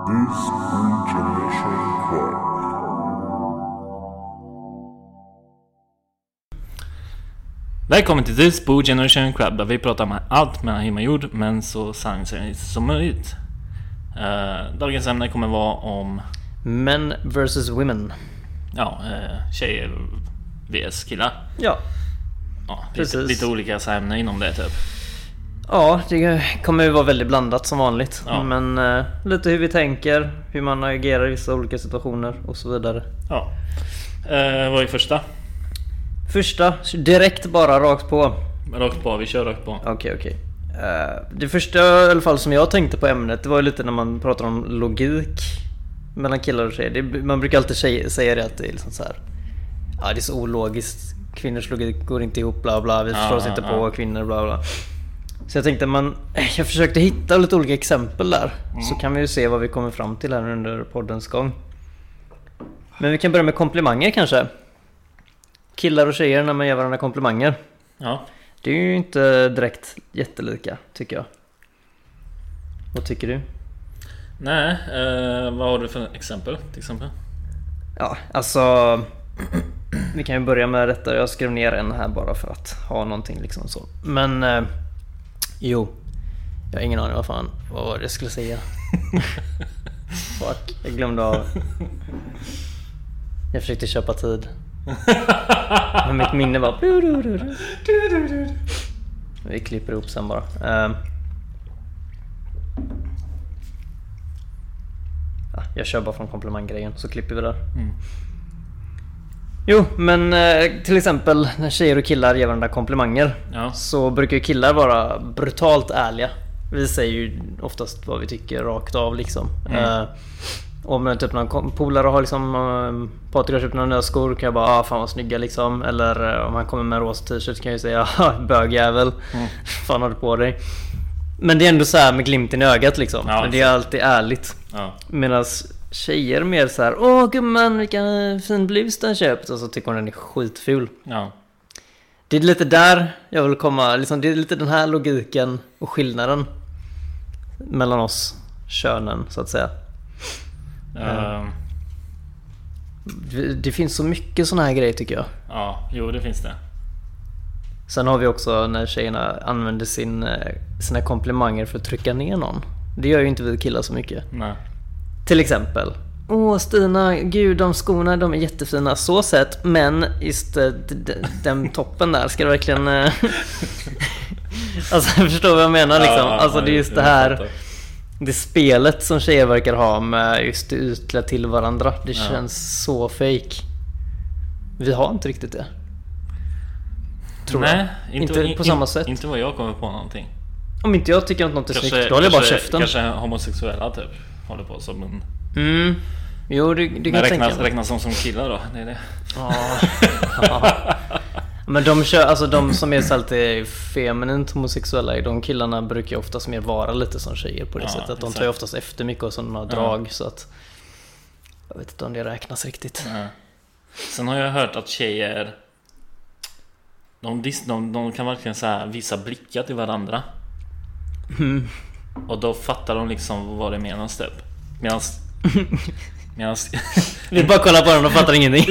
This Boo Generation Club. Välkommen till This Boo Generation Club, där vi pratar om allt mellan himmel och jord, men så sanningsenligt som möjligt. Dagens ämne kommer vara om Men versus women. Tjejer vs killar. Ja, Lite olika ämnen inom det typ. Ja, det kommer ju vara väldigt blandat som vanligt. Ja. Men lite hur vi tänker, hur man agerar i vissa olika situationer och så vidare. Ja. Vad är första? Första, direkt bara rakt på. Rakt på, vi kör rakt på. Okej. Det första i alla fall som jag tänkte på ämnet, det var ju lite när man pratar om logik mellan killar och tjejer. Man brukar alltid säga det att det är liksom så här. Ja, det är så ologiskt. Kvinnors logik går inte ihop, bla bla. Vi förstår oss inte på kvinnor, bla bla. Så jag tänkte jag försökte hitta lite olika exempel där. Så kan vi ju se vad vi kommer fram till här under poddens gång. Men vi kan börja med komplimanger kanske. Killar och tjejer när man ger varandra komplimanger. Ja. Det är ju inte direkt jättelika, tycker jag. Vad tycker du? Nej, vad har du för exempel till exempel? Ja, alltså vi kan ju börja med detta. Jag skrev ner en här bara för att ha någonting liksom så. Men jag har ingen aning vad var det jag skulle säga. Fuck, jag glömde av. Jag försökte köpa tid. Men mitt minne var vi klipper ihop sen bara. Jag kör bara från komplimanggrejen, så klipper vi där. Jo, men till exempel när tjejer och killar ger varandra komplimanger, så brukar ju killar vara brutalt ärliga. Vi säger ju oftast vad vi tycker rakt av liksom. Om typ någon polare har liksom Patrik har köpt några nya skor, kan jag bara fan vad snygga liksom. Eller om han kommer med en rosa t-shirt kan jag ju säga bögjävel, fan har du på dig. Men det är ändå så här med glimten i ögat liksom. Men det är alltid ärligt. Medan tjejer mer så här: åh gumman, vilken fin blus du har köpt. Och så tycker hon den är skitful. Det är lite där jag vill komma liksom, det är lite den här logiken och skillnaden mellan oss könen så att säga. Det finns så mycket såna här grejer tycker jag. Ja, jo det finns det. Sen har vi också när tjejerna använder sina komplimanger för att trycka ner någon. Det gör ju inte vi killar så mycket. Nej. Till exempel: åh Stina, gud de skorna, de är jättefina så sett. Men just den toppen där ska du verkligen alltså förstår vad jag menar liksom. Alltså det är just det här, det spelet som tjejer verkar ha med just det ytliga till varandra. Det känns så fake. Vi har inte riktigt det. Nej, inte på samma sätt. Inte vad jag kommer på någonting. Om inte jag tycker att något är snyggt, då håller jag bara käften. Kanske homosexuella typ håller på som en... Jo, det kan jag tänka. Räknas som killar då, det är det. Men de kör, alltså de som är så alltid feminint homosexuella, de killarna brukar oftast mer vara lite som tjejer på det sättet. Att de tar ju oftast efter mycket och sådana drag, så att jag vet inte om det räknas riktigt. Sen har jag hört att tjejer de kan verkligen så här visa blickar till varandra. Och då fattar de liksom vad det menas typ. Medans vi bara kollar på dem och fattar ingenting.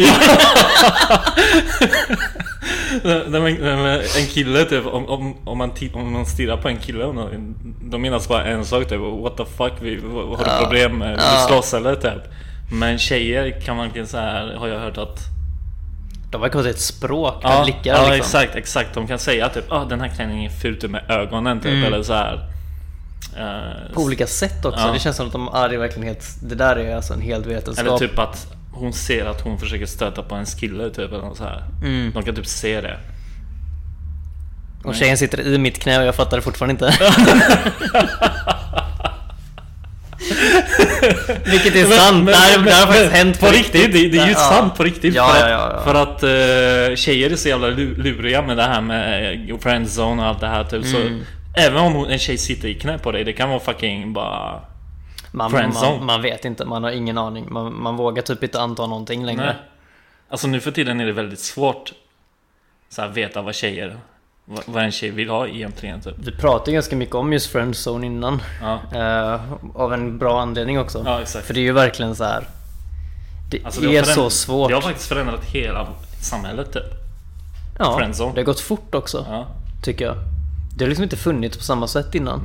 En kille typ, om man stirrar på en kille, de menas bara en sak typ: what the fuck, har du problem med vi slåss eller typ. Men tjejer kan man så här, har jag hört att de verkar ha ett språk med blickar liksom. exakt. De kan säga typ: den här klänningen är fult med ögonen typ, eller så här. På olika sätt också. Det känns som att de är verkligen helt, det där är alltså en helt vetenskap. Eller typ att hon ser att hon försöker stöta på en kille typ, eller så här. De kan typ se det. Och tjejen sitter i mitt knä och jag fattar det fortfarande inte. Vilket är sant. Det har faktiskt hänt på riktigt. Det är ju sant på riktigt. För att tjejer är så jävla luriga med det här med friendzone och allt det här typ. Så även om en tjej sitter i knä på dig, det kan vara fucking bara man vet inte, man har ingen aning. Man vågar typ inte anta någonting längre. Nej. Alltså nu för tiden är det väldigt svårt så här, veta vad tjejer vad en tjej vill ha egentligen typ. Vi pratade ganska mycket om just friendzone innan. Av en bra anledning också. Ja, exakt. För det är ju verkligen så här. Det alltså, är så svårt. Det har faktiskt förändrat hela samhället typ. Ja, friendzone. Det har gått fort också. Tycker jag. Det har liksom inte funnits på samma sätt innan.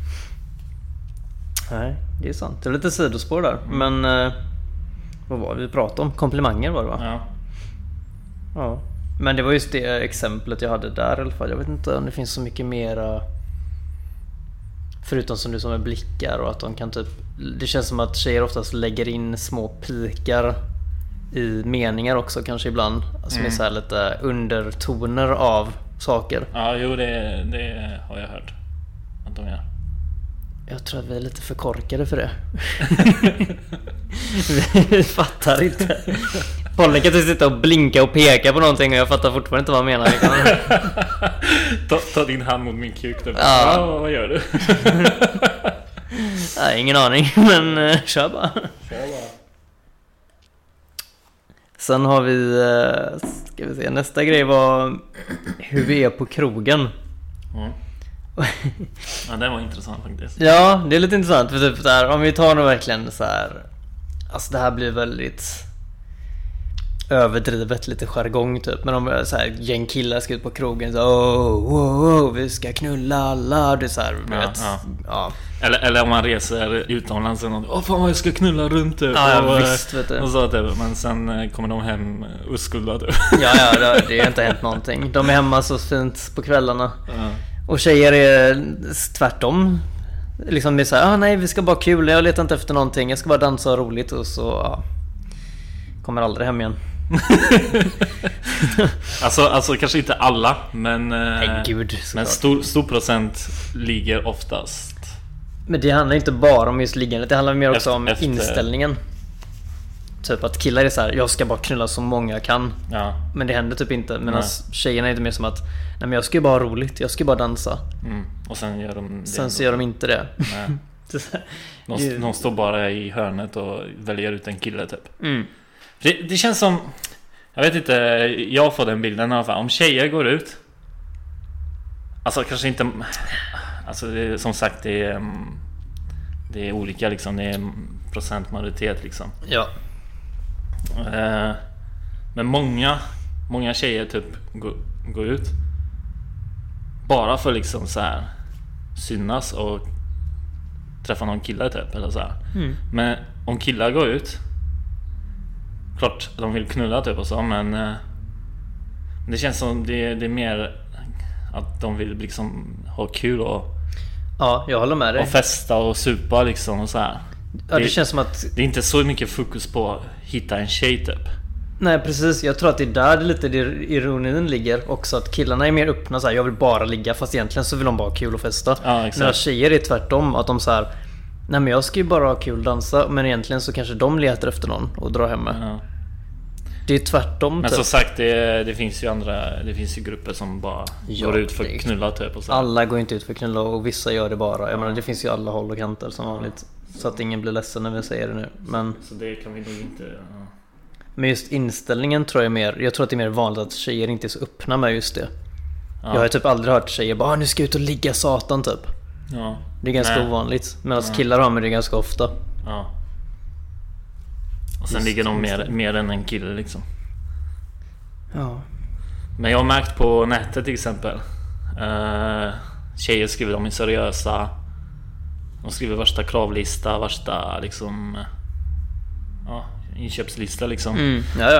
Nej, det är sant. Det är lite sidospår där. Men vad var det vi pratade om? Komplimanger var det, va? Ja. Men det var just det exemplet jag hade där i alla fall. Jag vet inte om det finns så mycket mera. Förutom som du som är blickar och att de kan typ. Det känns som att tjejer oftast lägger in små pikar i meningar också kanske ibland. Som är så här lite undertoner av saker. Ja, jo det har jag hört att de gör. Jag tror att vi är lite för korkade för det. Vi fattar inte. Pollen kan inte sitta och blinka och peka på någonting och jag fattar fortfarande inte vad han menar. Ta din hand mot min kuk där. Vad gör du? Nej, ingen aning, men kör bara. Sen har vi, ska vi se, nästa grej var hur vi är på krogen. Ja, det var intressant faktiskt. Ja, det är lite intressant för typ där, om vi tar nog verkligen så här. Alltså det här blir väldigt överdrivet, lite jargong typ. Men om så här gäng killar ska ut på krogen så vi ska knulla alla. Det är så här, ja. Eller om man reser utomlands och något, fan vad jag ska knulla runt typ. Visst, vet du. Och så typ. Men sen kommer de hem oskulda typ. Ja, det har inte hänt någonting. De är hemma så fint på kvällarna. Och tjejer är tvärtom. Liksom det är så här, nej vi ska bara kul, jag letar inte efter någonting, jag ska bara dansa och roligt. Och så kommer aldrig hem igen. alltså kanske inte alla, men gud, men stor procent ligger oftast. Men det handlar inte bara om just liggandet, det handlar mer också om inställningen. Typ att killar är så här, jag ska bara knulla så många jag kan. Men det händer typ inte. Medan tjejerna är inte mer som att nej men jag ska ju bara ha roligt, jag ska ju bara dansa. Och sen gör de det. Sen så gör de inte det. De står bara i hörnet och väljer ut en kille typ. Det känns som, jag vet inte, jag får den bilden i alla fall. Om tjejer går ut, alltså kanske inte, alltså det, som sagt det är olika liksom, det är procentmajoritet liksom. Ja. Men många tjejer typ går ut bara för liksom så här synas och träffa någon kille typ eller så här. Men om killar går ut, klart de vill knulla typ och så, men det känns som det är mer att de vill liksom ha kul och jag håller med dig. Och festa och supa liksom och så här. Ja, det känns som att det är inte så mycket fokus på att hitta en tjej typ. Nej, precis. Jag tror att det är där det lite ironin ligger också, att killarna är mer öppna så här, jag vill bara ligga, fast egentligen så vill de bara ha kul och festa. När tjejer är tvärtom, att de så här, nej men jag ska ju bara ha kul och dansa, men egentligen så kanske de letar efter någon och drar hem med. Det är tvärtom. Men typ. Som sagt, det finns ju andra, det finns ju grupper som bara går ut för att knulla typ och så. Alla går inte ut för att knulla och vissa gör det bara. Jag menar, det finns ju alla håll och kanter som vanligt. Så att ingen blir ledsen när vi säger det nu. Men så det kan vi nog inte. Men just inställningen tror jag mer. Jag tror att det är mer vanligt att tjejer inte är så öppna med just det. Jag har typ aldrig hört tjejer bara nu ska jag ut och ligga satan typ. Det är ganska ovanligt. Medan killar har med det ganska ofta. Och sen ligger de mer än en kille liksom. Men jag har märkt på nätet till exempel, tjejer skriver de är seriösa. De skriver värsta kravlista, värsta liksom inköpslista liksom.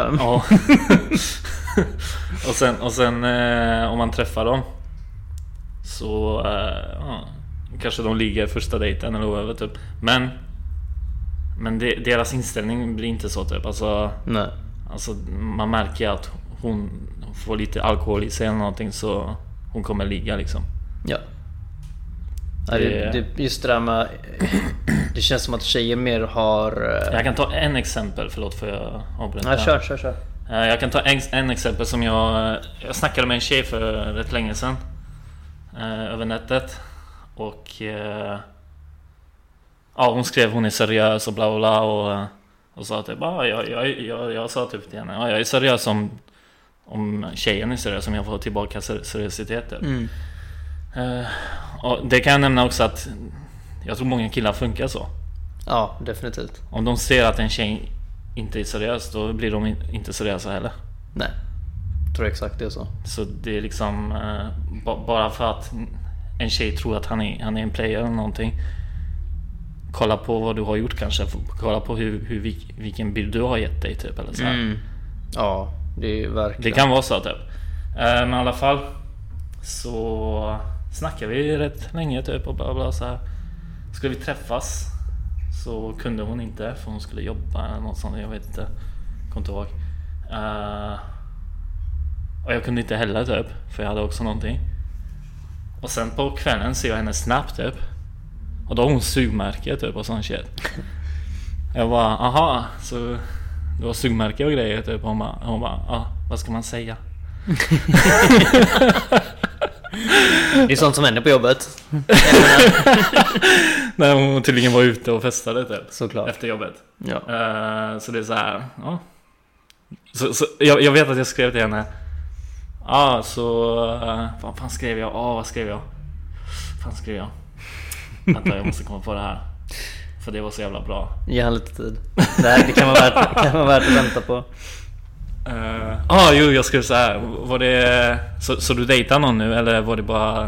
och sen om man träffar dem så kanske de ligger första dejten eller över typ. Men deras inställning blir inte så typ. Alltså man märker att hon får lite alkohol i sig eller någonting, så hon kommer ligga liksom. Det just det där med, det känns som att tjejer mer har Jag kan ta en exempel, förlåt för jag avbryter. Kör. Jag kan ta en exempel som jag snackade med en tjej för rätt länge sedan över nätet. Och hon skrev hon är seriös och bla bla och sa typ jag sa typ till henne, jag är seriös om tjejen är seriös, som jag får tillbaka seriositeten. Och det kan jag nämna också att jag tror många killar funkar så. Ja, definitivt. Om de ser att en tjej inte är seriös, då blir de inte seriösa heller. Nej, jag tror exakt det är så. Så det är liksom bara för att en tjej tror att han är en player eller någonting. Kolla på vad du har gjort kanske. Kolla på vilken bild du har gett dig typ, eller så här. Ja, det är verkligen. Det kan vara så typ. Men i alla fall så snackade vi rätt länge typ och bla bla så här. Skulle vi träffas, så kunde hon inte, för hon skulle jobba eller något sånt, jag vet inte. Kommer inte ihåg. Och jag kunde inte heller typ, för jag hade också någonting. Och sen på kvällen ser jag hennes snap typ. Och då har hon sugmärke typ och sån shit. Jag bara, aha, så det var sugmärke och grejer typ. Hon bara, vad ska man säga? Det är sånt som händer på jobbet. När hon tydligen var ute och festade typ. Såklart. Efter jobbet. Ja. Så det är så här, ja. Så jag vet att jag skrev till henne. Vad fan skrev jag? Vad skrev jag? Vänta, jag måste komma på det här. För det var så jävla bra. Ge han lite tid. Det kan vara värt att vänta på. Jag skrev så här. Var det så du dejtar någon nu, eller var det bara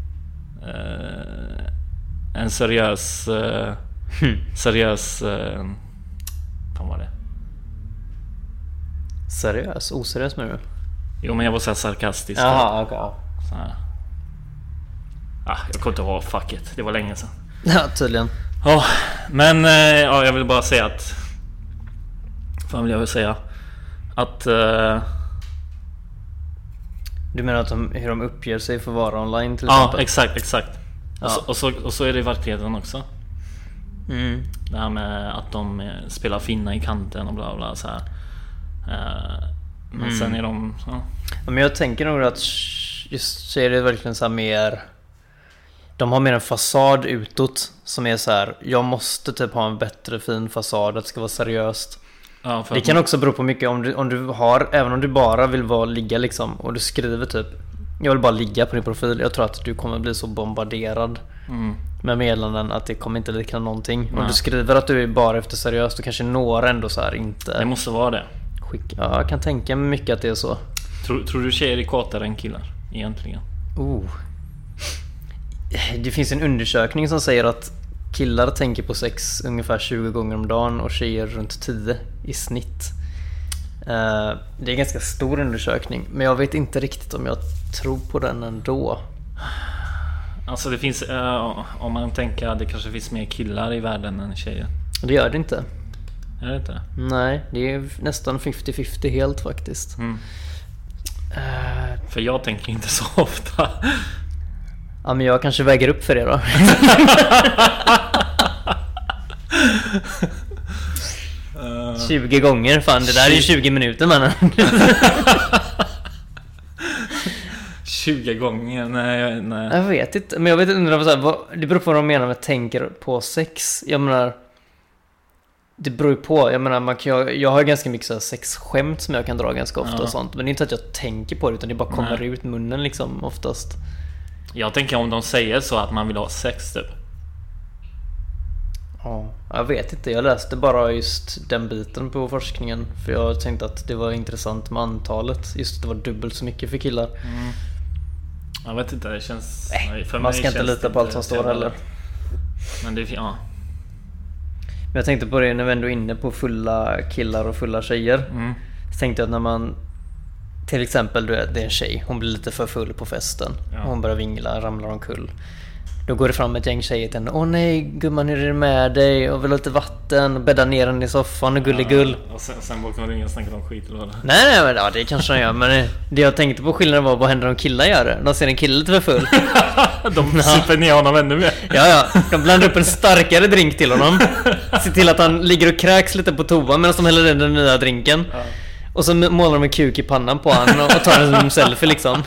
en seriös vad var det? Seriös? Oseriös med du? Jo, men jag var så här sarkastisk. Jaha, okej. Så här. Jag kommer inte ihåg, fuck it. Det var länge sedan. Ja, tydligen. Men jag vill bara säga att... Vad vill jag väl säga? Att... Du menar att hur de uppger sig för att vara online till exempel? Ja, exakt. Ja. Och så är det i verkligheten också. Det här med att de spelar finna i kanten och bla bla så här. Men sen är de... Ja. Men jag tänker nog att just så är det verkligen så här mer... De har mer en fasad utåt som är så här: jag måste typ ha en bättre fin fasad, att det ska vara seriöst. Ja, det kan också bero på mycket om du har, även om du bara vill ligga liksom, och du skriver typ jag vill bara ligga på din profil. Jag tror att du kommer bli så bombarderad med meddelanden att det kommer inte likna någonting. Om du skriver att du är bara efter seriöst, då kanske några ändå så här inte... Det måste vara det. Ja, jag kan tänka mig mycket att det är så. Tror du tjejer är kåtare än killar egentligen? Det finns en undersökning som säger att killar tänker på sex ungefär 20 gånger om dagen och tjejer runt 10 i snitt. Det är en ganska stor undersökning, men jag vet inte riktigt om jag tror på den ändå. Alltså det finns, om man tänker att det kanske finns mer killar i världen än tjejer. Det gör det inte. Är det inte? Nej, det är nästan 50-50 helt faktiskt. För jag tänker inte så ofta. Ja, men jag kanske väger upp för det då. Uh... 20 gånger, fan, det där är 20 minuter, mannen. 20 gånger, nej. Jag vet inte, men jag vet inte vad det beror på vad de menar med tänker på sex. Jag menar, det beror ju på. Jag menar, jag har ganska mycket så här sexskämt som jag kan dra ganska ofta och sånt. Men det är inte att jag tänker på det, utan det bara kommer ut munnen liksom oftast. Jag tänker om de säger så att man vill ha sex typ. Ja, jag vet inte. Jag läste bara just den biten på forskningen, för jag tänkte att det var intressant med antalet. Just att det var dubbelt så mycket för killar. Jag vet inte, det känns... för man ska inte lita på allt som står heller. Men det är... Ja. Men jag tänkte på det när vi ändå är inne på fulla killar och fulla tjejer. Så tänkte jag att när man... Till exempel, det är en tjej. Hon blir lite för full på festen. Hon börjar vingla, ramlar omkull. Då går det fram ett gäng tjejer till henne. Åh nej, gumman, hur är det med dig? Och vill ha lite vatten och bädda ner den i soffan och gulligull. Och sen bara kan de ringa och snacka om skit eller vad? Nej, men ja, det kanske de gör. Men det jag tänkte på skillnaden var, vad händer om killar gör det? De ser en kille lite för full. De super ner honom ännu mer. Ja, de blandar upp en starkare drink till honom. Se till att han ligger och kräks lite på toa medan de häller in den nya drinken. Och så målar de en kuk i pannan på han och tar en selfie liksom.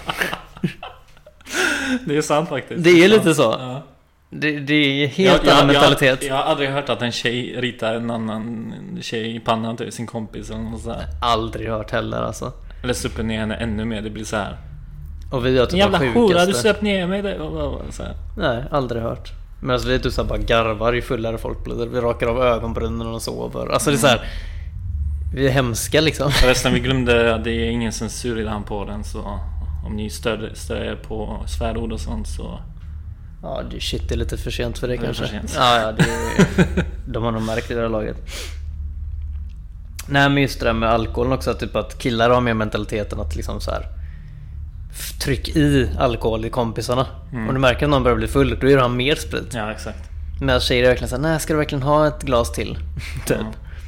Det är sant faktiskt. Det är lite så. Ja. Det är helt annan mentalitet. Jag har aldrig hört att en tjej ritar en annan tjej i pannan till sin kompis eller något sådär. Aldrig hört heller alltså. Eller super ner henne ännu mer. Det blir så här. Och vi gör typ jävla hora, du söp ner mig där. Så här. Nej, aldrig hört. Men alltså vi är typ så här bara garvar ju fullare folk blir. Vi rakar av ögonbrynen och sover. Alltså det är så här. Vi är hemska liksom. Förresten, vi glömde att det är ingen censur i den på den. Så om ni stör på svärord och sånt så... Ja, det är lite för sent för det kanske. För sent. Ja, de har nog märkt i det här laget. Nej, men just det där med alkoholen också, typ att killar har mer mentaliteten att liksom så här tryck i alkohol i kompisarna. Om du märker att någon börjar bli full, då gör han mer sprit. Ja, exakt. Men tjejer är verkligen så här, nej, ska du verkligen ha ett glas till? Typ.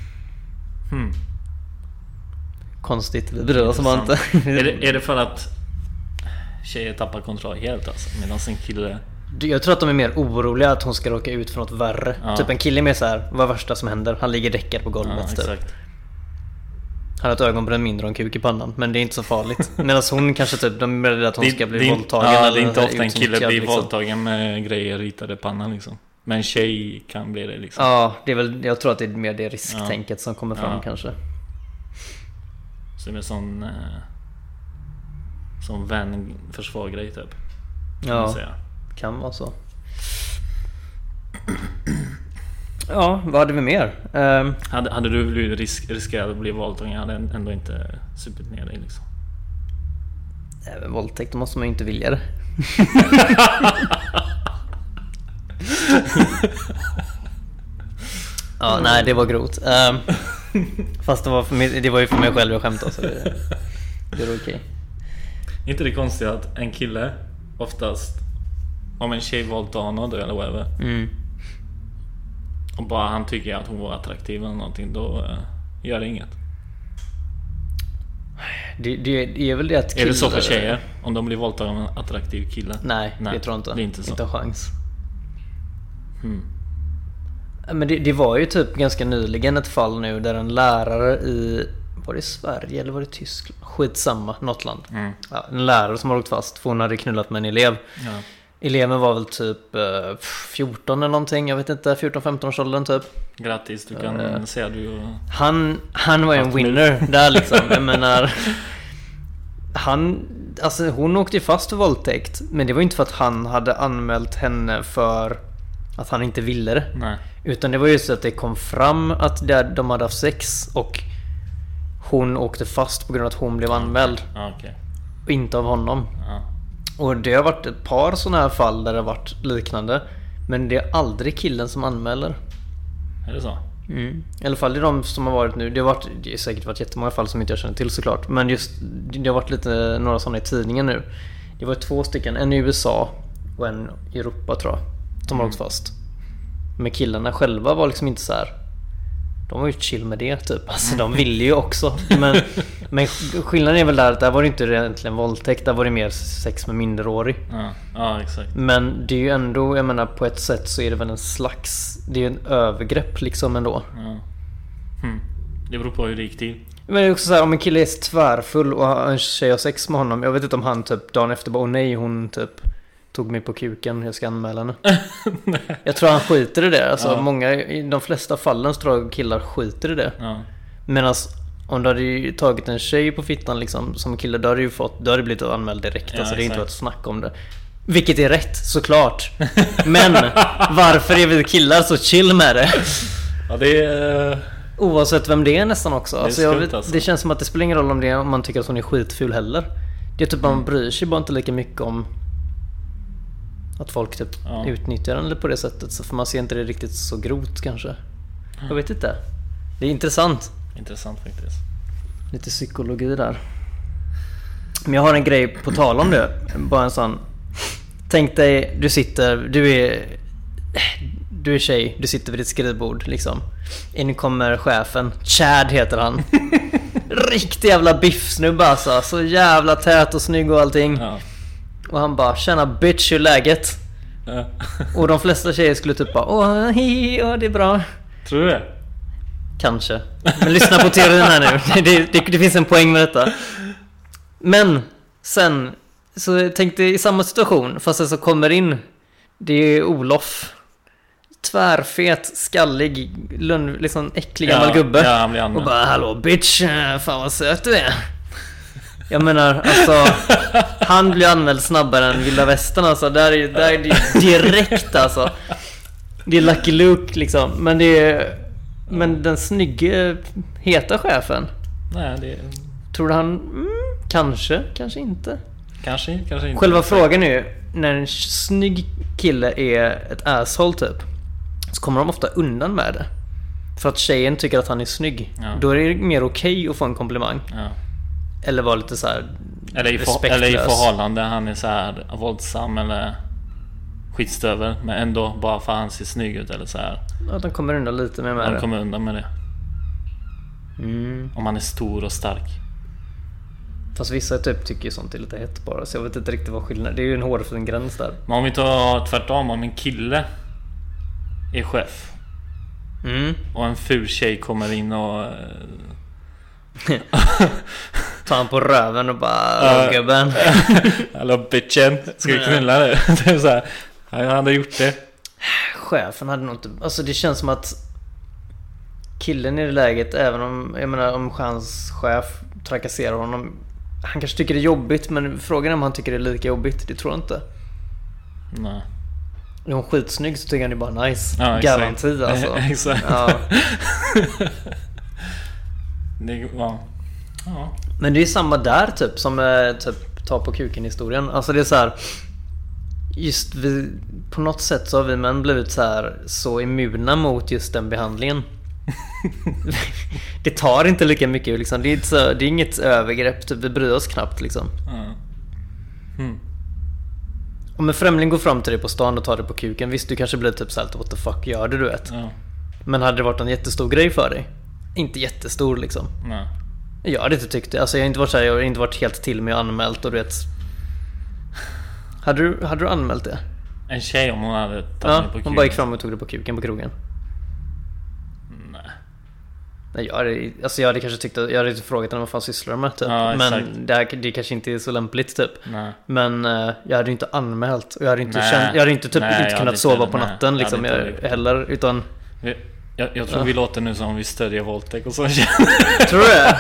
Konstigt, det bryr oss man inte. Är det för att tjejer tappar kontroll helt alltså? Medan en kille... Jag tror att de är mer oroliga att hon ska råka ut för något värre. Typ en kille är mer så här, vad är värsta som händer? Han ligger däckad på golvet typ. Exakt. Han har ett ögonbryn mindre och en kuk i pannan. Men det är inte så farligt. Medan hon kanske typ, de är rädda att hon ska bli våldtagen. Ja, det är inte ofta en kille blir liksom våldtagen med grejer ritade i pannan liksom. Men en tjej kan bli det liksom. Ja, det är väl, jag tror att det är mer det risktänket som kommer fram kanske. Så det är sån vän försvar-grej typ. Ja, kan vara så. Ja, vad hade vi mer? Hade du blivit riskerat att bli våldtagen? Jag hade ändå inte supit ner dig liksom. Även våldtäkt, då måste man ju inte vilja det. Ja, nej, det var grovt. Fast det var ju för mig själv jag skämtade, så det var okej. Inte det konstigt att en kille oftast, om en tjej våldtar honom eller whatever, och bara han tycker att hon var attraktiv eller någonting, då gör det inget. Det är väl det att killar... Är det så för tjejer? Om de blir våldtagna av en attraktiv kille? Nej, det tror jag inte. Det är inte så. Inte en chans. Men det var ju typ ganska nyligen ett fall nu där en lärare i... Var det Sverige eller var det Tyskland? Skitsamma, något land. Ja, en lärare som har åkt fast för hon hade knullat med en elev. Ja. Eleven var väl typ 14 eller någonting, jag vet inte, 14-15 års åldern typ. Grattis, du kan säga du... Han var ju en winner där liksom. Jag menar, hon åkte ju fast för våldtäkt, men det var inte för att han hade anmält henne för att han inte ville det. Nej. Utan det var ju så att det kom fram att de hade haft sex och hon åkte fast på grund av att hon blev anmäld. Okay. Och inte av honom. Och det har varit ett par sådana här fall där det har varit liknande. Men det är aldrig killen som anmäler. Är det så? I alla fall det är de som har varit nu. Det har säkert varit jättemånga fall som inte jag känner till såklart. Men just det har varit några sådana i tidningen nu. Det var 2 stycken, en i USA och en i Europa tror jag, som har åkt fast. Men killarna själva var liksom inte så här. De var ju chill med det typ. Alltså de ville ju också. Men skillnaden är väl där att där var det inte egentligen våldtäkt. Där var det mer sex med minderårig. Ja, exakt. Men det är ju ändå, jag menar, på ett sätt så är det väl en slags... Det är ju en övergrepp liksom ändå. Det beror på hur det gick till. Men det är också så här, om en kille är tvärfull och en tjej har sex med honom. Jag vet inte om han typ dagen efter bara, nej, hon typ tog mig på kuken, jag ska anmäla henne. Jag tror han skiter i det. Alltså i de flesta fallen så tror jag killar skiter i det. Medan om du hade ju tagit en tjej på fittan liksom, som kille, då hade du blivit anmäld direkt. Alltså det är inte varit snack om det. Vilket är rätt, såklart. Men varför är vi killar så chill med det? Ja, det är... Oavsett vem det är nästan också. Alltså, det känns som att det spelar ingen roll om man tycker att hon är skitful heller. Det är typ man bryr sig bara inte lika mycket om att folk typ utnyttjar den på det sättet. Så för man ser inte det riktigt så grovt kanske. Jag vet inte. Det är intressant. Intressant faktiskt. Lite psykologi där. Men jag har en grej på tal om det. Bara en sån. Tänk dig, du är tjej, du sitter vid ditt skrivbord liksom. In kommer chefen, Chad heter han. Riktig jävla biffsnubbe alltså. Så jävla tät och snygg och allting. Och han bara, tjena bitch, hur är läget? Och de flesta tjejer skulle typ bara, det är bra. Tror du det? Kanske. Men lyssna på teorin här nu. Det finns en poäng med detta. Men sen så jag tänkte i samma situation, fast så kommer in, det är Olof. Tvärfet, skallig, liksom äcklig gammal gubbe. Ja, han blir anmäld. Och bara, hallå bitch, fan vad söt du är. Jag menar, alltså han blir anmäld snabbare än Vilda Västern, alltså. Där är det direkt, alltså. Det är Lucky Luke liksom. Men den snygga, heta chefen. Nej, det... Tror du han... kanske inte. Kanske inte. Själva frågan är ju, när en snygg kille är ett asshole typ, så kommer de ofta undan med det. För att tjejen tycker att han är snygg. Ja. Då är det mer okej att få en komplimang. Ja. Eller vara lite så här respektlös. Eller i förhållande, han är så här våldsam eller skitstöver, men ändå bara för han ser snygg ut eller så här. Ja, de kommer undan lite med det. De kommer undan med det. Om han är stor och stark. Fast vissa typ tycker ju sånt är lite hett bara. Så jag vet inte riktigt vad skillnaden. Det är ju en hårfin gräns där. Men om vi tar tvärtom, om en kille är chef och en ful tjej kommer in och tar han på röven och bara gubben. Hallå bitchen, ska vi knulla nu? Det är så här, han hade gjort det. Chefen hade nog inte... Alltså det känns som att killen i det läget, även om, jag menar, om hans chef trakasserar honom, han kanske tycker det är jobbigt, men frågan är om han tycker det är lika jobbigt. Det tror jag inte. Nej. Är hon skitsnygg så tycker han det är bara nice. Ja, garanti alltså. Exakt. Ja. Ja. Men det är samma där typ som typ ta på kuken historien. Alltså det är så här, just vi, på något sätt så har vi män blivit så immuna mot just den behandlingen. Det tar inte lika mycket liksom. Det är inget övergrepp typ. Vi bryr oss knappt liksom. Om en främling går fram till dig på stan och tar dig på kuken, visst du kanske blir typ såhär, what the fuck gör du vet. Men hade det varit en jättestor grej för dig? Inte jättestor liksom. Nej. Jag hade inte tyckt det. Alltså jag har inte varit helt till med anmält och du vet. Hade du anmält det? En tjej om hon hade tagit mig på kuken. Hon bara gick fram och tog det på kuken på krogen. Nej, jag hade kanske tyckt att jag hade frågat henne vad fan sysslar de med typ. Men det kanske inte är så lämpligt typ. Nej. Men jag hade inte anmält och jag hade inte kunnat sova på natten liksom heller utan jag tror vi låter nu som vi stödjer våldtäkt och så. Tror du det?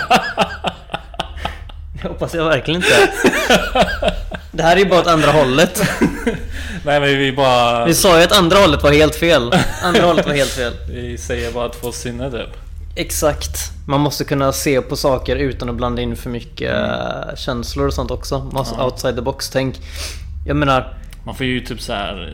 Jag hoppas jag verkligen inte. Det här är ju bara åt andra hållet. Nej, men vi sa ju att andra hållet var helt fel. Vi säger bara 2 sinne typ. Exakt. Man måste kunna se på saker utan att blanda in för mycket känslor och sånt också. Man måste outside the box tänk. Jag menar, man får ju typ så här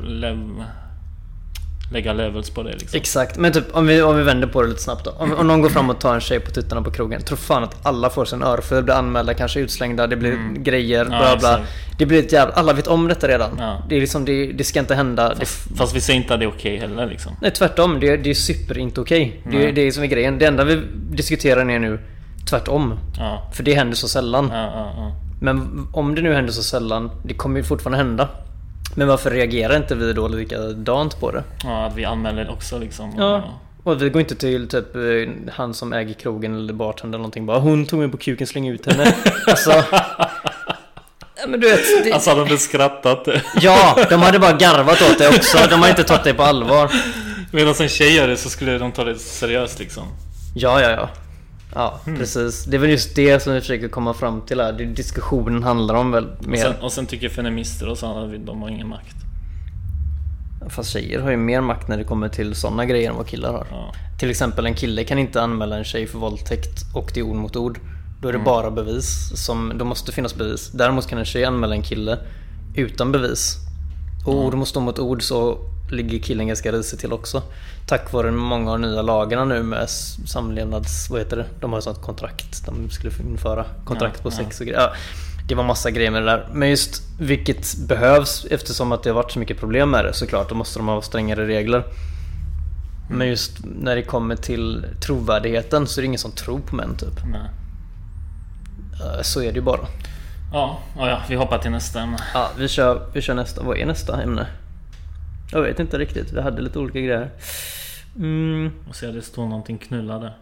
lägga levels på det liksom. Exakt. Men typ om vi vänder på det lite snabbt då. Om någon går fram och tar en tjej på tuttarna på krogen, tror fan att alla får sin örfil, blir anmälda, kanske utslängda, det blir grejer, bla bla. Det blir ett jävla, alla vet om detta redan. Det är liksom det ska inte hända. Fast vi säger inte att det är okej heller liksom. Nej, tvärtom, det är super inte okej. Det är som är grejen. Det enda vi diskuterar är nu tvärtom. För det händer så sällan. Men om det nu händer så sällan, det kommer ju fortfarande hända. Men varför reagerar inte vi då likadant på det? Ja, att vi anmäler också liksom. Och vi går inte till typ han som äger krogen eller bartender eller någonting, bara hon tog mig på kuken, släng ut henne. Alltså, men du vet, alltså hade de skrattat. Ja, de hade bara garvat åt det också. De har inte tagit det på allvar. Medan en tjej gör det så skulle de ta det seriöst liksom. Ja, precis. Det är väl just det som vi försöker komma fram till här. Diskussionen handlar om väl mer. Och sen tycker feminister och så att de har ingen makt. Fast tjejer har ju mer makt när det kommer till sådana grejer än vad killar har. Till exempel en kille kan inte anmäla en tjej för våldtäkt och det är ord mot ord. Då är det bara bevis då måste finnas bevis. Däremot kan en tjej anmäla en kille utan bevis. Och ord måste stå mot ord, så ligger killen ganska risigt till också. Tack vare många av nya lagarna nu med samlevnads... Vad heter det? De har ett sånt kontrakt. De skulle införa kontrakt på sex och grejer. Ja, det var massa grejer med det där. Men just vilket behövs, eftersom att det har varit så mycket problem med det, såklart. Då måste de ha strängare regler. Men just när det kommer till trovärdigheten så är det ingen som tror på män typ. Nej. Så är det ju bara. Ja, vi hoppar till nästa ämne. Ja, vi kör nästa. Vad är nästa ämne? Jag vet inte riktigt. Vi hade lite olika grejer. Och så det står någonting knullade.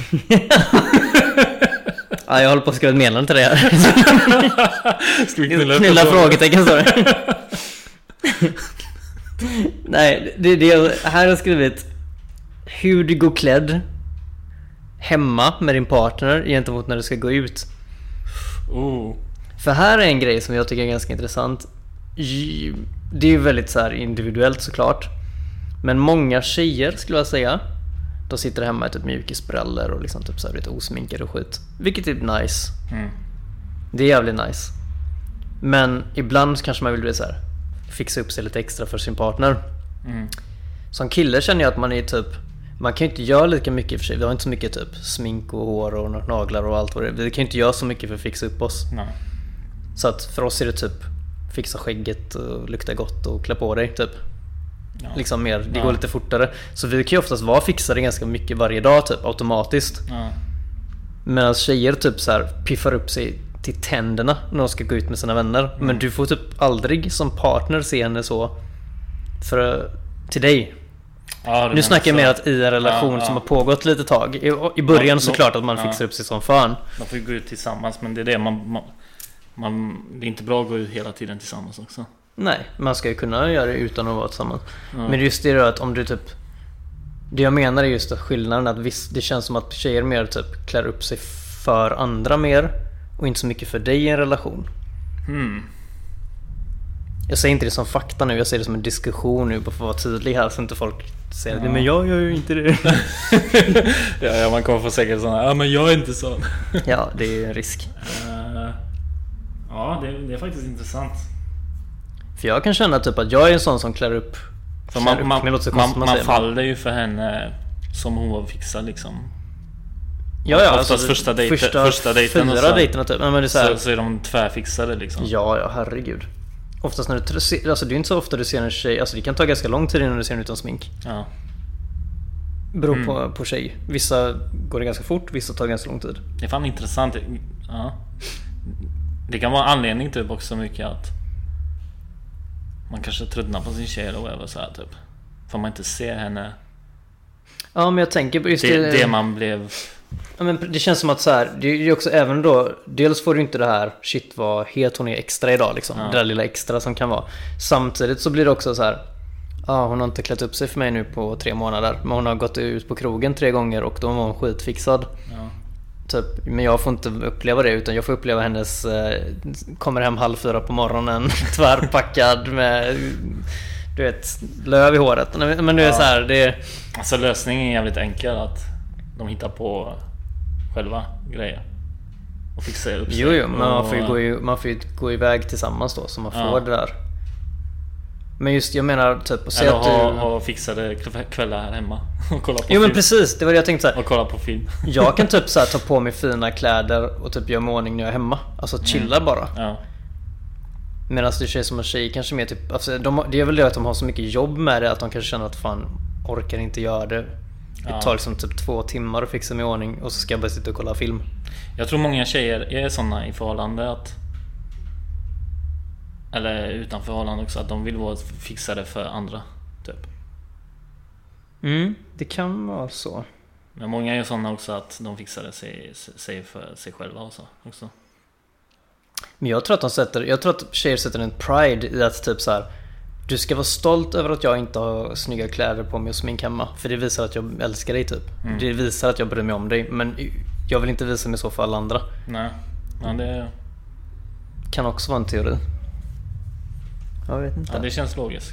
Ja, jag håller på att skriva ett meddelande till det här. Ska vi knulla frågetecken, står det. Nej, det här har jag skrivit hur du går klädd hemma med din partner gentemot när du ska gå ut. För här är en grej som jag tycker är ganska intressant. Det är ju väldigt så här individuellt såklart. Men många tjejer skulle jag säga, de sitter hemma i typ mjukisbrallor och liksom typ så här lite osminkade och skit. Vilket är nice. Det är jävligt nice. Men ibland kanske man vill så här, fixa upp sig lite extra för sin partner. Som kille känner jag att man är typ, man kan ju inte göra lika mycket i och för sig. Vi har inte så mycket typ smink och hår och naglar och allt vad det är. Vi kan ju inte göra så mycket för att fixa upp oss. Nej. Så att för oss är det typ fixa skägget och lukta gott och klä på dig typ. Ja. Liksom mer, det går lite fortare. Så vi kan ju oftast vara fixade ganska mycket varje dag typ, automatiskt. Medan tjejer typ så här piffar upp sig till tänderna när de ska gå ut med sina vänner. Men du får typ aldrig som partner se henne så till dig. Nu snackar jag mer att i en relation som har pågått lite tag. I början såklart att man fixar upp sig som fan. Man får ju gå ut tillsammans, men det är det det är inte bra att gå ut hela tiden tillsammans också. Nej, man ska ju kunna göra det utan att vara tillsammans. Men just det är att om du typ, det jag menar är just att skillnaden att det känns som att tjejer mer typ klär upp sig för andra mer och inte så mycket för dig i en relation. Jag säger inte det som fakta nu, jag säger det som en diskussion nu, bara för att vara tydlig här så inte folk säger det, men jag gör ju inte det. Ja, man kommer få säkert sådana, ja men jag är inte sån. Ja, det är en risk. Ja, det är faktiskt intressant. För jag kan känna typ att jag är en sån som klär upp. För man faller ju för henne som hon var fixad liksom. Ja, oftast alltså, första dejten 4 dejterna typ. Men det är så är de tvärfixade liksom. Ja, herregud. Oftast när du ser, alltså det är inte så ofta du ser en tjej, alltså det kan ta ganska lång tid innan du ser den utan smink. Ja. Beror på tjej. Vissa går det ganska fort, vissa tar ganska lång tid. Det är fan intressant. Ja. Det kan vara anledning typ också mycket att man kanske tröttnar på sin tjej eller whatever så här typ. För man inte ser henne. Ja, men jag tänker på just det man blev. Ja, men det känns som att så här, det är också även då, dels får du inte det här shit vad het hon är extra idag liksom, det där lilla extra som kan vara. Samtidigt så blir det också så här, hon har inte klätt upp sig för mig nu på 3 månader, men hon har gått ut på krogen 3 gånger och då var hon skitfixad. Typ, men jag får inte uppleva det, utan jag får uppleva hennes kommer hem 3:30 på morgonen tvärpackad med, du vet, löv i håret. Men det är så här, det alltså lösningen är jävligt enkel, att de hittar på själva grejer och fixar upp sig. Jo, men man får ju gå iväg tillsammans då, så man får det där. Men just, jag menar typ att se att du har fixade kvällar här hemma och kolla på film. Men precis, det var det jag tänkte så här. Och kolla på film. Jag kan typ så här ta på mig fina kläder och typ göra mig ordning när jag är hemma. Alltså chilla bara. Medan det är tjejer som har tjejer kanske mer typ, alltså, det är väl det att de har så mycket jobb med det, att de kanske känner att fan orkar inte göra det. Det tar liksom typ 2 timmar att fixa mig i ordning och så ska jag bara sitta och kolla film. Jag tror många tjejer är såna i förhållande att, eller utan förhållande också, att de vill vara fixade för andra typ. Det kan vara så. Men många är såna också att de fixade sig för sig själva också. Men jag tror att tjejer sätter en pride i att typ så här, du ska vara stolt över att jag inte har snygga kläder på mig och smink hemma, för det visar att jag älskar dig typ. Det visar att jag bryr mig om dig, men jag vill inte visa mig så för alla andra. Nej, det kan också vara en teori. Jag vet inte. Ja, det känns logiskt.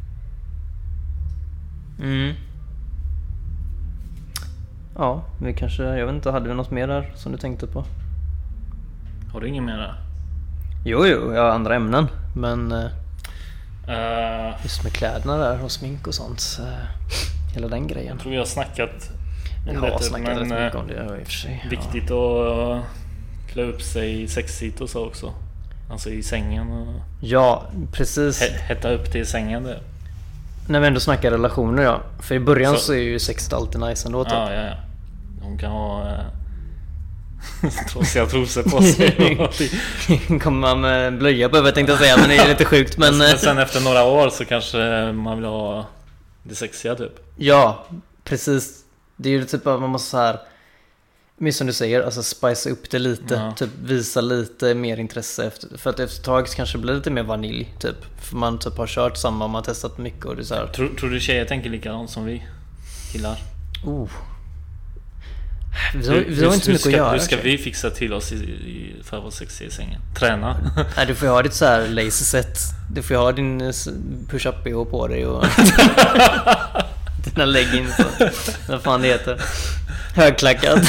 Ja, vi kanske, jag vet inte, hade vi något mer där som du tänkte på? Har du inget mer där? Jo, jag har andra ämnen, men just med kläderna där och smink och sånt, hela den grejen. Jag tror vi har snackat rätt mycket om det i och för sig. Viktigt att klä upp sig sexigt och så också. Alltså i sängen och precis. Hetta upp till sängen det. När vi ändå snackar relationer, för i början så är ju sex alltid nice ändå typ. Ja. Hon kan ha trotsiga trosor på sig. Kommer man med blöja på, jag tänkte jag säga, men det är lite sjukt. Men sen efter några år så kanske man vill ha det sexiga typ. Ja, precis. Det är ju typ att man måste så här, men som du säger, alltså spice upp det lite, typ visa lite mer intresse för att efter ett tag kanske blir lite mer vanilj typ, för man typ har kört samma, man har testat mycket och det är så här. Tror du tjejer tänker likadant som vi killar? Vi har inte så mycket att göra. Hur ska vi fixa till oss för att vara sexiga i sängen? Träna? Nej, du får ju ha ditt så här lazy set. Du får ju ha din push-up BH på dig och dina leggings och vad fan det heter. Högklackat.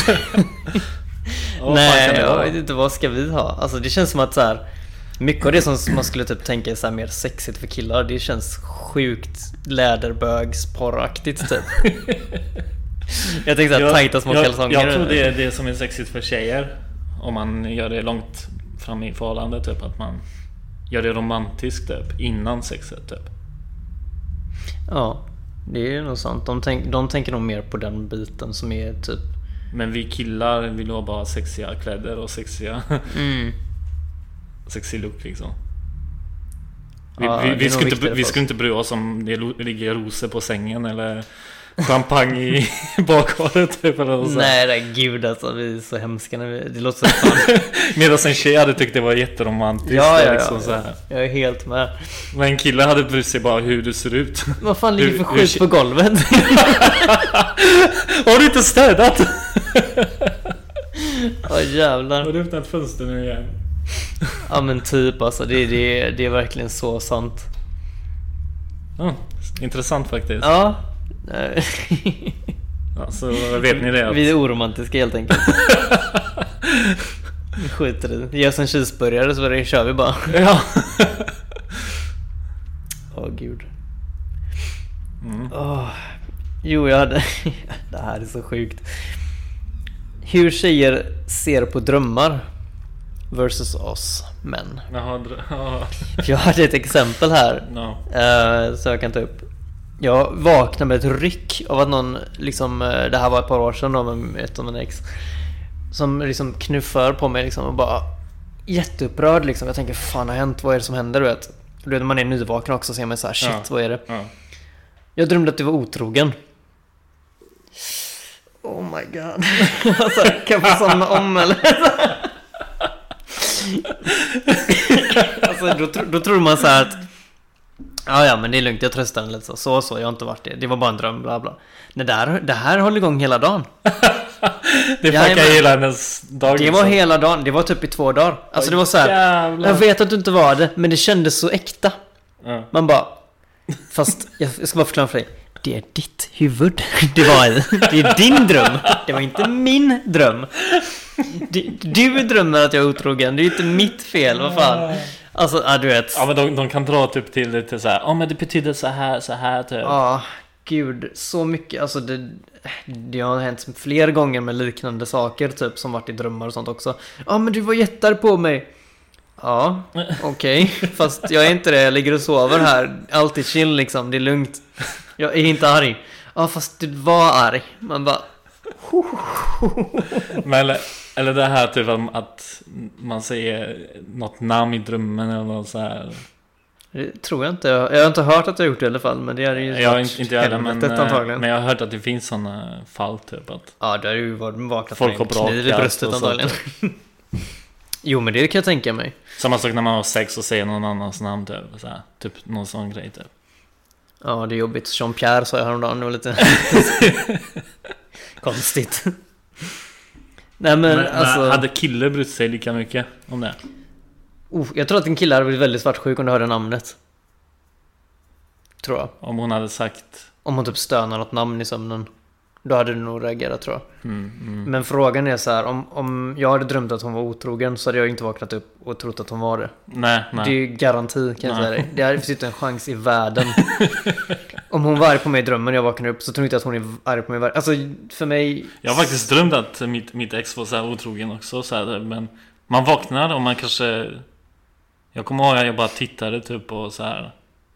Nej, jag vet inte, vad ska vi ha? Alltså det känns som att så här, mycket av det som man skulle typ tänka är så här mer sexigt för killar, det känns sjukt läderbögsporraktigt typ. Jag tänkte att tajta små kalsonger. Jag tror det är det som är sexigt för tjejer. Om man gör det långt fram i förhållande typ, att man gör det romantiskt typ, innan sexet typ. Ja, det är nog sant. De tänker nog mer på den biten som är typ. Men vi killar vill ha bara sexiga kläder och sexiga sexig look liksom. Vi skulle inte bry oss om det ligger rosor på sängen eller champagne i bakhållet typ, eller så. Nej, gud alltså, vi är så hemska när det låter så fan. Medan en tjej hade tyckt det var jätteromantiskt. Ja, liksom, så här. Jag är helt med. Men en kille hade brytt sig bara hur du ser ut. Vad fan ligger för skit på golvet? Har du inte städat? Jävlar. Har du öppnat fönster nu igen? Ja men typ alltså, det är verkligen så sant. Intressant faktiskt. Ja. Ja, så vet ni det att... Vi är oromantiska helt enkelt. Vi skiter i. Ge oss en cheeseburgare så det kör vi bara. Ja. Gud. Jo, jag hade... Det här är så sjukt. Hur tjejer ser på drömmar versus oss män. Jag hade ett exempel här. Så jag kan ta upp. Jag vaknade med ett ryck av att någon liksom, det här var ett par år sedan då, med ett av mina ex, som liksom knuffar på mig liksom, och bara jätteupprörd liksom. Jag tänker, fan har hänt? Vad är det som händer? Du vet när man är nyvaken också, så är man så här, shit, vad är det? Jag drömde att du var otrogen. Oh my god. Alltså, kan jag få somna om eller? Alltså, då tror man så här att ja, men det är lugnt, jag tröstar den lite så, jag har inte varit det. Det var bara en dröm, bla bla. Det här håller igång hela dagen. Det fuckar hela hennes dag. Det var hela dagen, det var typ i 2 dagar. Alltså det var så här, jävlar. Jag vet att du inte var det, men det kändes så äkta. Man bara, fast jag ska bara förklara för dig. Det är ditt huvud det är din dröm. Det var inte min dröm. Du drömmer att jag är otrogen. Det är inte mitt fel, vad fan. Alltså, du vet. Ja, men de kan dra typ till det till så här. Men det betyder så här typ. Ja, gud, så mycket. Alltså det har hänt fler gånger med liknande saker typ, som varit i drömmar och sånt också. Men du var jättar på mig. Ja, okej. Fast jag är inte det, jag ligger och sover här. Allt är chill liksom, det är lugnt. Jag är inte arg. Fast du var arg. Man bara... Men, eller det här typ att man säger något namn i drömmen eller något så här. Det tror jag inte. Jag har inte hört att jag gjort det i alla fall. Men det är ju inte jag, men jag har hört att det finns sådana fall typ att... Ja, där är ju varit vaknat folk med en kniv i bröstet antagligen. Jo, men det kan jag tänka mig. Samma sak när man har sex och säger någon annans namn typ, så här, typ någon sån grej typ. Ja, det är jobbigt. Jean-Pierre sa jag häromdagen. Det var lite konstigt. Nej, men alltså... Hade kille brytt sig lika mycket om det? Jag tror att en kille hade blivit väldigt svartsjuk om du hörde namnet. Tror jag. Om hon hade sagt... Om hon typ stönar något namn i sömnen, då hade du nog reagerat, tror jag. Men frågan är så här, om jag hade drömt att hon var otrogen, så hade jag inte vaknat upp och trott att hon var det. Nej. Det är ju garanti, kan jag säga dig. Det hade inte en chans i världen. Om hon var arg på mig i drömmen och jag vaknar upp, så tror jag inte att hon är arg på mig. Alltså, för mig... Jag har faktiskt drömt att mitt ex var så här otrogen också, så här, men man vaknar och man kanske... Jag kommer ihåg att jag bara tittade typ och så här...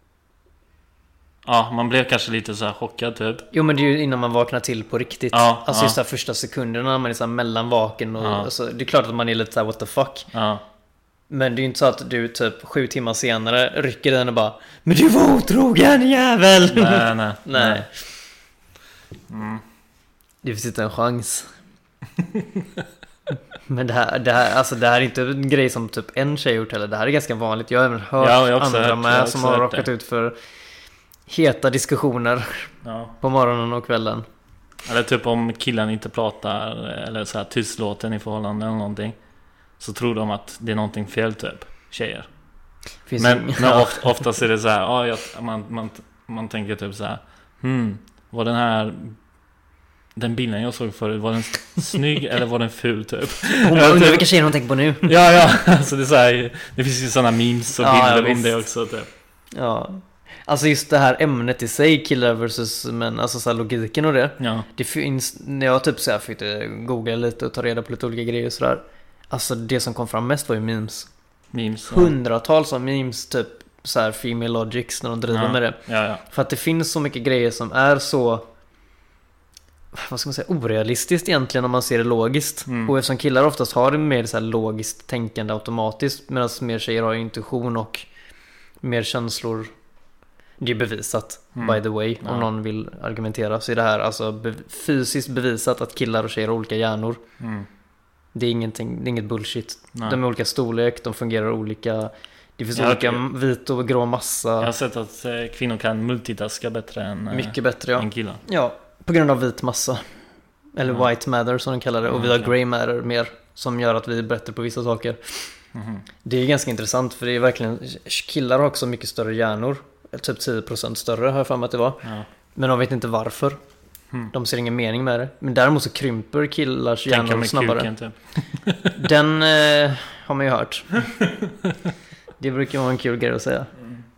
Ja, man blev kanske lite så här chockad typ. Jo, men det är ju innan man vaknar till på riktigt. Alltså just de första sekunderna när man är så här mellanvaken och alltså, det är klart att man är lite så här what the fuck. Men det är ju inte så att du typ 7 timmar senare rycker den och bara, men du var otrogen, jävel. Nej. Det finns inte en chans. Men det här är inte en grej som typ en tjej gjort heller. Det här är ganska vanligt. Jag har även hört andra med som har råkat ut för heta diskussioner på morgonen och kvällen. Eller typ om killen inte pratar eller så här tystlåten i förhållande eller någonting, så tror de att det är någonting fel typ, tjejer. Men oftast är det så här, man tänker typ så här, var den bilden jag såg förut, var den snygg eller var den ful typ? Undrar vilka tjejer hon tänker på nu. Ja, alltså det är så här, det finns ju sådana memes och bilder om det också typ. Ja. Alltså just det här ämnet i sig, killar versus män, alltså så här logiken och det. Ja. Det finns, när jag typ så här fick googla lite och ta reda på lite olika grejer och sådär. Alltså det som kom fram mest var ju memes. Hundratals av memes, typ så här female logics när de driver med det. Ja. För att det finns så mycket grejer som är så, vad ska man säga, orealistiskt egentligen om man ser det logiskt. Och eftersom killar oftast har det mer så här logiskt tänkande automatiskt, medan mer tjejer har intuition och mer känslor. Det är bevisat, by the way. Om någon vill argumentera så är det här alltså fysiskt bevisat att killar och tjejer har olika hjärnor. Det är ingenting, det är inget bullshit. Nej. De är olika storlek, de fungerar olika. Det finns olika vit och grå massa. Jag har sett att kvinnor kan multitaska bättre än mycket bättre, än killar. Ja, på grund av vit massa. Eller white matter som de kallar det. Och vi har grey matter mer, som gör att vi är bättre på vissa saker. Det är ganska intressant, för det är verkligen, killar har också mycket större hjärnor. Typ 10% större har jag för mig att det var. Men de vet inte varför. De ser ingen mening med det. Men däremot så krymper killars hjärnor snabbare. Kuken, typ. Den har man ju hört. Det brukar vara en kul grej att säga.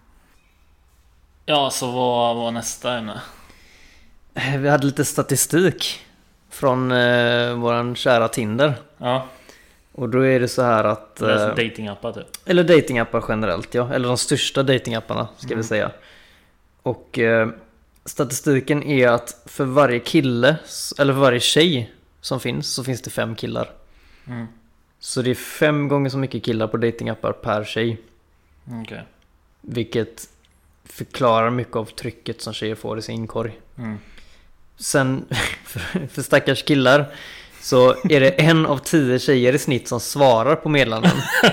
Ja, så vad var nästa ämne? Vi hade lite statistik från våran kära Tinder. Ja. Och då är det så här att datingappar typ. Eller datingappar generellt, ja. Eller de största datingapparna ska vi säga. Och statistiken är att för varje kille, eller för varje tjej som finns, så finns det 5 killar. Så det är 5 gånger så mycket killar på datingappar per tjej. Okay. Vilket förklarar mycket av trycket som tjejer får i sin inkorg. Sen för stackars killar så är det 1 av 10 tjejer i snitt som svarar på meddelanden.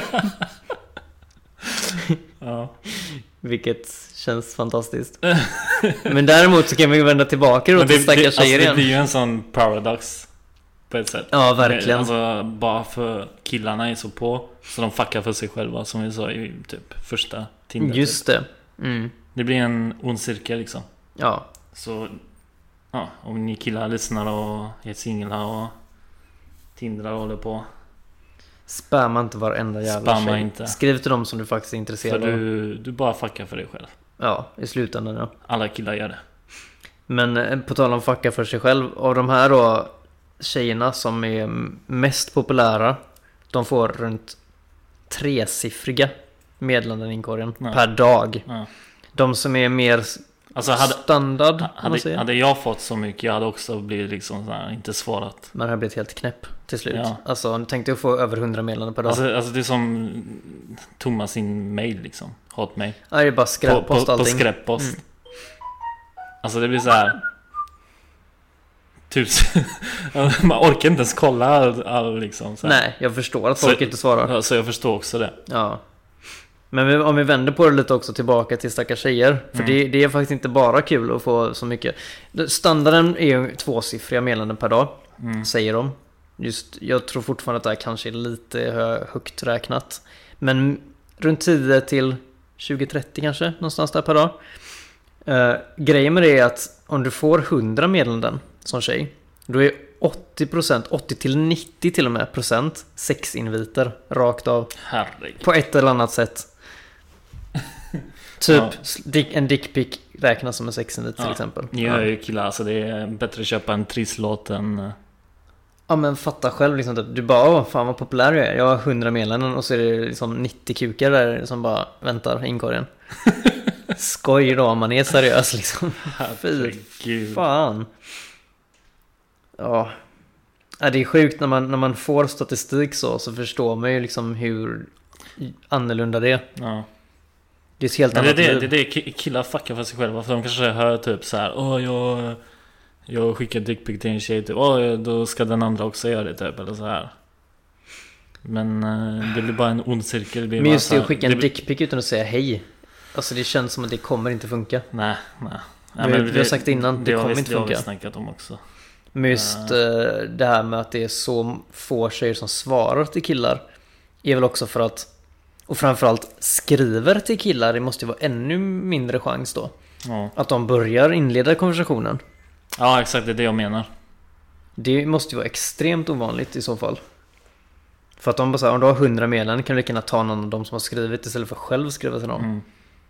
Vilket känns fantastiskt. Men däremot så kan vi vända tillbaka då till stackars tjejer igen. Det blir ju en sån paradox på ett sätt. Ja, verkligen. Alltså, bara för killarna är så på, så de fuckar för sig själva, som vi sa i typ första Tinder. Just typ. Det. Det blir en ond cirkel liksom. Ja. Så om ni killar lyssnar och är singlar och Tindrar håller på, spamma inte varenda jävla tjej. Inte. Skriv till dem som du faktiskt är intresserad av. För du bara fuckar för dig själv. Ja, i slutändan, ja. Alla killar gör det. Men på tal om fucka för sig själv, av de här då tjejerna som är mest populära, de får runt 3-siffriga meddelanden i inkorgen per dag. De som är mer standard, hade jag fått så mycket, jag hade också blivit liksom så här, inte svarat. Man hade blivit helt knäpp till slut. Alltså, nu tänkte jag få över 100 meddelanden per dag. Alltså det är som tomma sin mail liksom, hotmail. Ja, det är bara skräppost allting. På skräppost. Alltså det blir så här. Tusen. Man orkar inte ens kolla all liksom så här. Nej, jag förstår att folk inte svarar. Så jag förstår också det. Ja. Men om vi vänder på det lite också tillbaka till stackars tjejer. För det är faktiskt inte bara kul att få så mycket. Standarden är ju 2-siffriga meddelanden per dag, säger de. Jag tror fortfarande att det här kanske är lite högt räknat. Men runt 10 till 20-30 kanske, någonstans där per dag. Grejen med det är att om du får 100 meddelanden som tjej, då är 80% till 90 till och med procent sexinviter rakt av. Herregud. På ett eller annat sätt. Typ en dickpic räknas som en sexinvit till exempel. Ni är ju killar, så det är bättre att köpa en trisslåt än... Ja, men fatta själv liksom, typ, du bara, fan vad populär jag är. Jag har 100 meddelanden och så är det liksom 90 kukar där som bara väntar i inkorgen. Skoj då om man är seriös liksom. Fy fan. Ja. Det är sjukt när man får statistik så förstår man ju liksom hur annorlunda det är. Ja. Det är helt annat. Det är det killar fuckar för sig själva. För de kanske hör typ så här: jag skickar dickpic till en tjej typ. Då ska den andra också göra det typ, eller så här. Men det blir bara en ond cirkel. Men just det, att skicka en dickpic utan att säga hej. Alltså det känns som att det kommer inte funka. Nej. Vi har sagt innan, det kommer inte funka. Det har vi snackat om också. Men just det här med att det är så få tjejer som svarar till killar är väl också för att, och framförallt skriver till killar, det måste ju vara ännu mindre chans då. Ja. Att de börjar inleda konversationen. Ja, exakt, det är det jag menar. Det måste ju vara extremt ovanligt i så fall. För att de bara säger, om du har 100 meddelanden kan du kunna ta någon av dem som har skrivit istället för själv skriva till dem.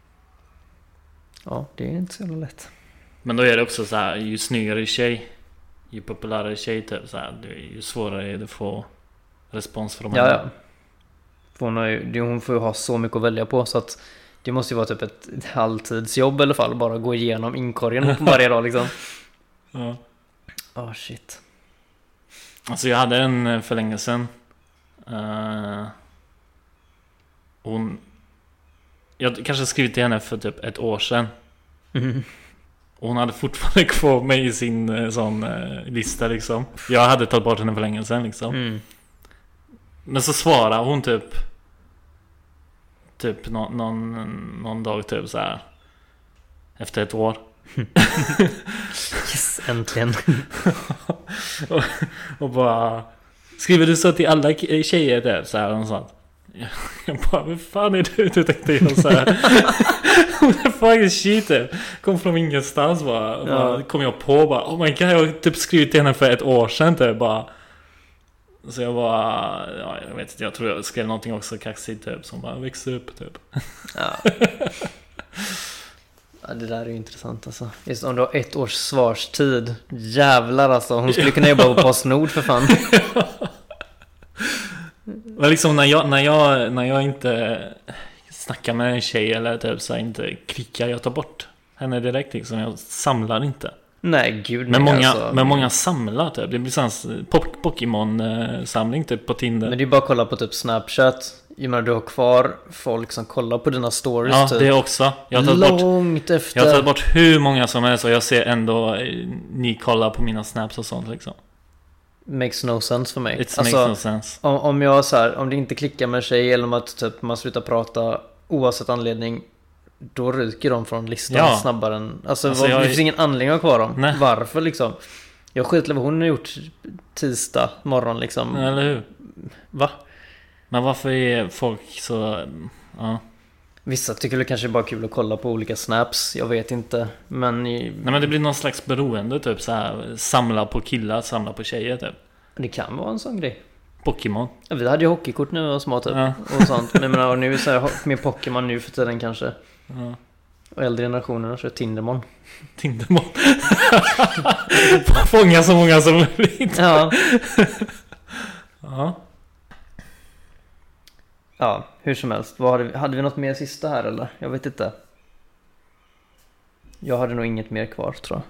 Ja, det är inte så jävla lätt. Men då är det också så här, ju snyggare tjej, ju populärare tjej typ, så här, ju svårare är det att få respons från henne. Ja. Hon får ju ha så mycket att välja på, så att det måste ju vara typ ett halvtidsjobb i alla fall. Bara gå igenom inkorgen på varje dag liksom. Ja. Shit. Alltså jag hade en för länge sedan. Jag kanske skrivit till henne för typ ett år sedan. Och hon hade fortfarande kvar mig i sin sån lista liksom. Jag hade tagit bort henne för länge sedan liksom. Men så svarade hon typ någon dag typ så här efter ett år. Yes, äntligen. och bara, skriver du så till alla tjejer där så här och sånt? Jag bara, vad fan är det du tänkte jag så här? Fucking shit. Kom från ingenstans bara kom jag på bara, oh my god, jag har typ skrivit till henne för ett år sedan typ, bara. Så jag bara, jag vet inte, jag tror jag skrev någonting också kaxigt typ, som bara växte upp typ. Ja. Ja, det där är ju intressant alltså. Just om du har ett års svarstid. Jävlar alltså, hon skulle kunna jobba på Postnord för fan. Men liksom när jag inte snackar med en tjej eller typ så här, inte klickar, jag tar bort henne direkt liksom. Jag samlar inte. Nej, gud. Men många samlar typ. Det blir sån Pokémon-samling typ på Tinder. Men det är bara att kolla på typ Snapchat. I och med att du har kvar folk som kollar på dina stories. Ja, typ. det också. Jag har tagit bort hur många som helst, och jag ser ändå ni kollar på mina snaps och sånt liksom. Makes no sense för mig. Makes no sense. Om jag så här, om det inte klickar med sig eller om att typ man slutar prata oavsett anledning, då ryker de från listan snabbare än... Alltså det finns ingen anledning att ha kvar dem. Nej. Varför liksom? Jag skiter vad hon har gjort tisdag morgon liksom. Eller hur? Va? Men varför är folk så... Ja. Vissa tycker det kanske bara är kul att kolla på olika snaps. Jag vet inte. Men... Nej, men det blir någon slags beroende typ så här, samla på killar, samla på tjejer typ. Det kan vara en sån grej. Pokémon. Ja, vi hade ju hockeykort när vi var små typ. Ja. Och sånt. Men jag menar, nu är så här, med Pokémon nu för tiden kanske. Ja. Och äldre generationer så är Tindermon. Fånga så många som möjligt. Ja. Ja. Ja, hur som helst. Hade vi något mer sista här eller? Jag vet inte. Jag hade nog inget mer kvar, tror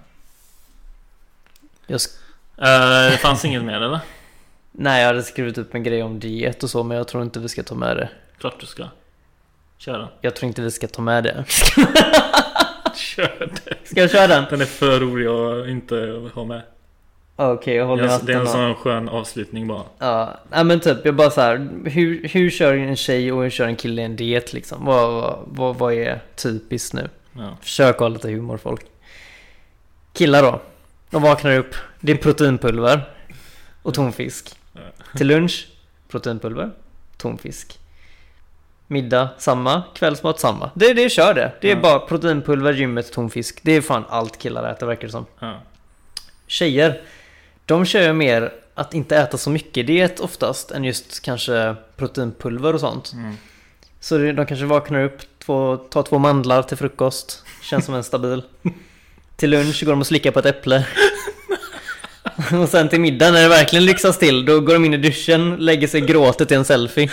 jag. Det fanns inget mer eller? Nej, jag hade skrivit upp en grej om diet och så, men jag tror inte vi ska ta med det. Klart du ska. Kör den. Jag tror inte vi ska ta med det. Kör det. Ska jag köra den? Den är för rolig att inte ha med. Okej, jag håller det är en sån skön avslutning bara. Ja, men typ, jag bara så här, hur kör en tjej och hur kör en kille en diet liksom? Vad är typiskt nu? Ja. Försök ha lite humor, folk. Killar då, de vaknar upp. Det är proteinpulver och tonfisk. Till lunch, proteinpulver, tonfisk. Middag, samma. Kvällsmat, samma. Det kör det. Det är bara proteinpulver, gymmet, tonfisk. Det är fan allt killar äter, verkar det som. Tjejer, de kör ju mer att inte äta så mycket diet oftast än just kanske proteinpulver och sånt. Så de kanske vaknar upp, tar 2 mandlar till frukost. Känns som en stabil. Till lunch går de och slickar på ett äpple. Och sen till middag, när det verkligen lyxas till, då går de in i duschen, lägger sig gråter till en selfie.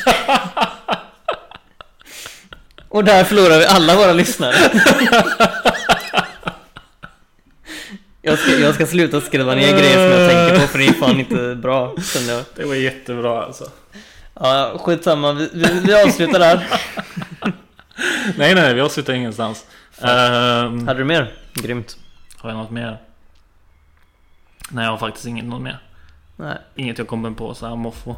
Och där förlorar vi alla våra lyssnare. Jag ska sluta skriva ner grejer som jag tänker på, för det är fan inte bra. Det var jättebra alltså. Ja, skitsamma. Vi avslutar där. Nej, vi avslutar ingenstans. Hade du mer? Grymt. Har jag något mer? Nej, jag har faktiskt något mer. Nej. Inget jag kommer på så här moffo.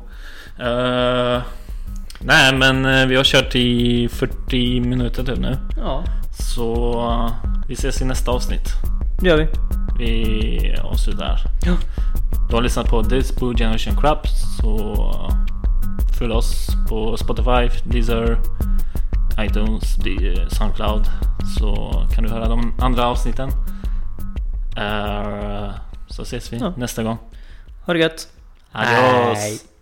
Nej, men vi har kört i 40 minuter typ nu. Ja. Så vi ses i nästa avsnitt. Det gör vi. Vi avslutar där. Ja. Du har lyssnat på This Blue Generation Crap, så följ oss på Spotify, Deezer, iTunes, Soundcloud, så kan du höra de andra avsnitten. Så ses vi nästa gång. Ha det gött. Adios. Hej.